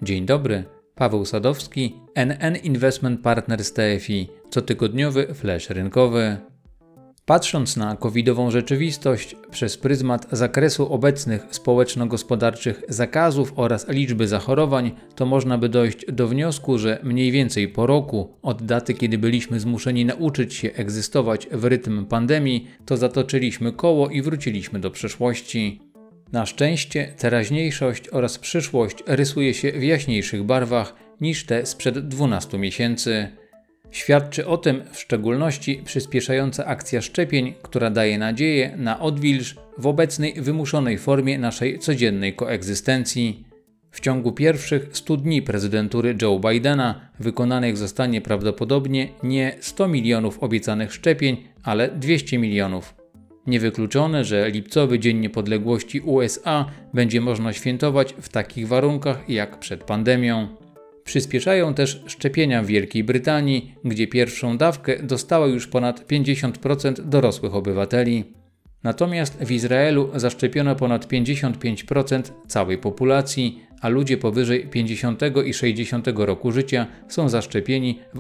Dzień dobry, Paweł Sadowski, NN Investment Partners TFI, cotygodniowy flash rynkowy. Patrząc na covidową rzeczywistość przez pryzmat zakresu obecnych społeczno-gospodarczych zakazów oraz liczby zachorowań, to można by dojść do wniosku, że mniej więcej po roku od daty, kiedy byliśmy zmuszeni nauczyć się egzystować w rytm pandemii, to zatoczyliśmy koło i wróciliśmy do przeszłości. Na szczęście teraźniejszość oraz przyszłość rysuje się w jaśniejszych barwach niż te sprzed 12 miesięcy. Świadczy o tym w szczególności przyspieszająca akcja szczepień, która daje nadzieję na odwilż w obecnej wymuszonej formie naszej codziennej koegzystencji. W ciągu pierwszych 100 dni prezydentury Joe Bidena wykonanych zostanie prawdopodobnie nie 100 milionów obiecanych szczepień, ale 200 milionów. Niewykluczone, że lipcowy Dzień Niepodległości USA będzie można świętować w takich warunkach jak przed pandemią. Przyspieszają też szczepienia w Wielkiej Brytanii, gdzie pierwszą dawkę dostało już ponad 50% dorosłych obywateli. Natomiast w Izraelu zaszczepiono ponad 55% całej populacji, a ludzie powyżej 50 i 60 roku życia są zaszczepieni w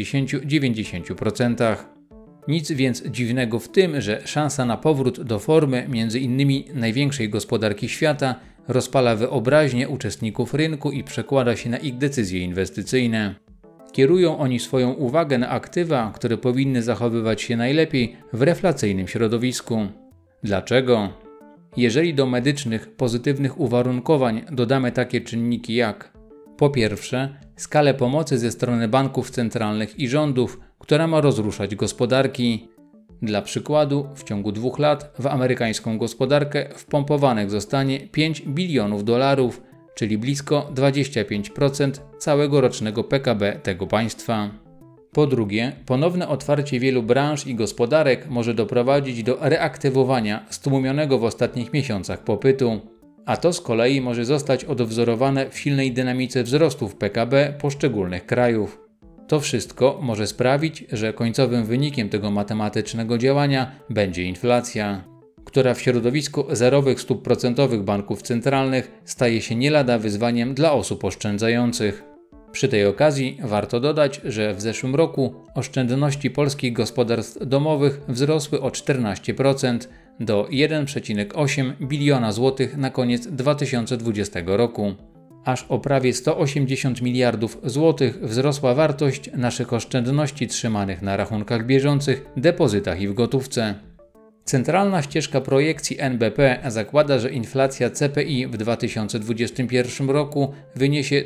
80-90%. Nic więc dziwnego w tym, że szansa na powrót do formy m.in. największej gospodarki świata rozpala wyobraźnię uczestników rynku i przekłada się na ich decyzje inwestycyjne. Kierują oni swoją uwagę na aktywa, które powinny zachowywać się najlepiej w reflacyjnym środowisku. Dlaczego? Jeżeli do medycznych pozytywnych uwarunkowań dodamy takie czynniki jak: po pierwsze, skalę pomocy ze strony banków centralnych i rządów, która ma rozruszać gospodarki. Dla przykładu, w ciągu 2 lat w amerykańską gospodarkę wpompowanych zostanie $5 bilionów, czyli blisko 25% całego rocznego PKB tego państwa. Po drugie, ponowne otwarcie wielu branż i gospodarek może doprowadzić do reaktywowania stłumionego w ostatnich miesiącach popytu, a to z kolei może zostać odwzorowane w silnej dynamice wzrostów PKB poszczególnych krajów. To wszystko może sprawić, że końcowym wynikiem tego matematycznego działania będzie inflacja, która w środowisku zerowych stóp procentowych banków centralnych staje się nie lada wyzwaniem dla osób oszczędzających. Przy tej okazji warto dodać, że w zeszłym roku oszczędności polskich gospodarstw domowych wzrosły o 14% do 1,8 biliona złotych na koniec 2020 roku. Aż o prawie 180 miliardów złotych wzrosła wartość naszych oszczędności trzymanych na rachunkach bieżących, depozytach i w gotówce. Centralna ścieżka projekcji NBP zakłada, że inflacja CPI w 2021 roku wyniesie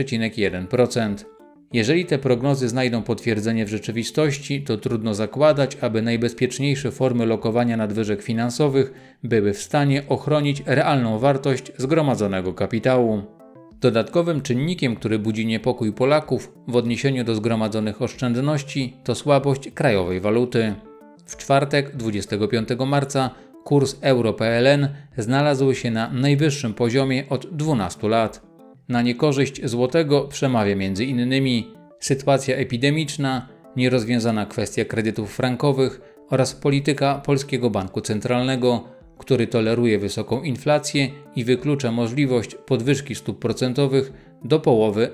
3,1%. Jeżeli te prognozy znajdą potwierdzenie w rzeczywistości, to trudno zakładać, aby najbezpieczniejsze formy lokowania nadwyżek finansowych były w stanie ochronić realną wartość zgromadzonego kapitału. Dodatkowym czynnikiem, który budzi niepokój Polaków w odniesieniu do zgromadzonych oszczędności, to słabość krajowej waluty. W czwartek, 25 marca, kurs euro-PLN znalazł się na najwyższym poziomie od 12 lat. Na niekorzyść złotego przemawia m.in. sytuacja epidemiczna, nierozwiązana kwestia kredytów frankowych oraz polityka Polskiego Banku Centralnego, który toleruje wysoką inflację i wyklucza możliwość podwyżki stóp procentowych do połowy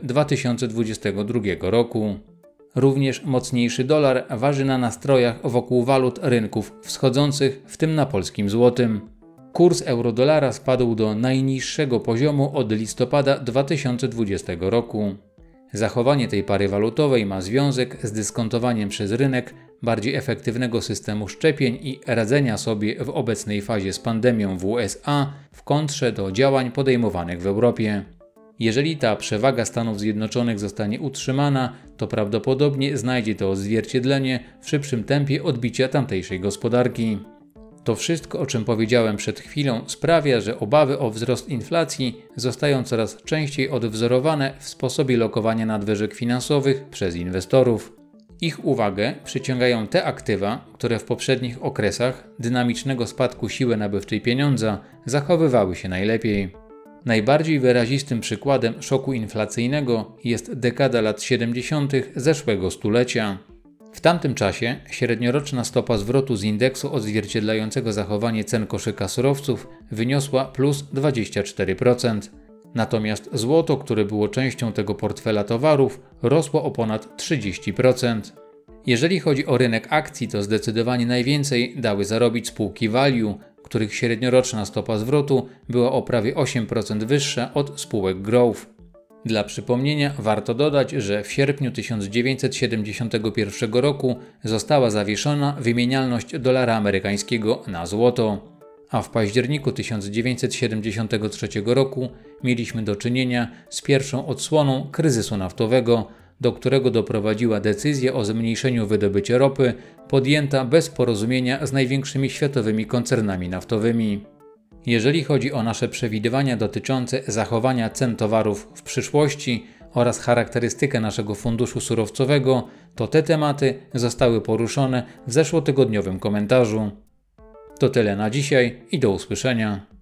2022 roku. Również mocniejszy dolar waży na nastrojach wokół walut rynków wschodzących, w tym na polskim złotym. Kurs euro-dolara spadł do najniższego poziomu od listopada 2020 roku. Zachowanie tej pary walutowej ma związek z dyskontowaniem przez rynek bardziej efektywnego systemu szczepień i radzenia sobie w obecnej fazie z pandemią w USA w kontrze do działań podejmowanych w Europie. Jeżeli ta przewaga Stanów Zjednoczonych zostanie utrzymana, to prawdopodobnie znajdzie to odzwierciedlenie w szybszym tempie odbicia tamtejszej gospodarki. To wszystko, o czym powiedziałem przed chwilą, sprawia, że obawy o wzrost inflacji zostają coraz częściej odwzorowane w sposobie lokowania nadwyżek finansowych przez inwestorów. Ich uwagę przyciągają te aktywa, które w poprzednich okresach dynamicznego spadku siły nabywczej pieniądza zachowywały się najlepiej. Najbardziej wyrazistym przykładem szoku inflacyjnego jest dekada lat 70. zeszłego stulecia. W tamtym czasie średnioroczna stopa zwrotu z indeksu odzwierciedlającego zachowanie cen koszyka surowców wyniosła plus 24%. Natomiast złoto, które było częścią tego portfela towarów, rosło o ponad 30%. Jeżeli chodzi o rynek akcji, to zdecydowanie najwięcej dały zarobić spółki value, których średnioroczna stopa zwrotu była o prawie 8% wyższa od spółek growth. Dla przypomnienia warto dodać, że w sierpniu 1971 roku została zawieszona wymienialność dolara amerykańskiego na złoto, a w październiku 1973 roku mieliśmy do czynienia z pierwszą odsłoną kryzysu naftowego, do którego doprowadziła decyzja o zmniejszeniu wydobycia ropy podjęta bez porozumienia z największymi światowymi koncernami naftowymi. Jeżeli chodzi o nasze przewidywania dotyczące zachowania cen towarów w przyszłości oraz charakterystykę naszego funduszu surowcowego, to te tematy zostały poruszone w zeszłotygodniowym komentarzu. To tyle na dzisiaj i do usłyszenia.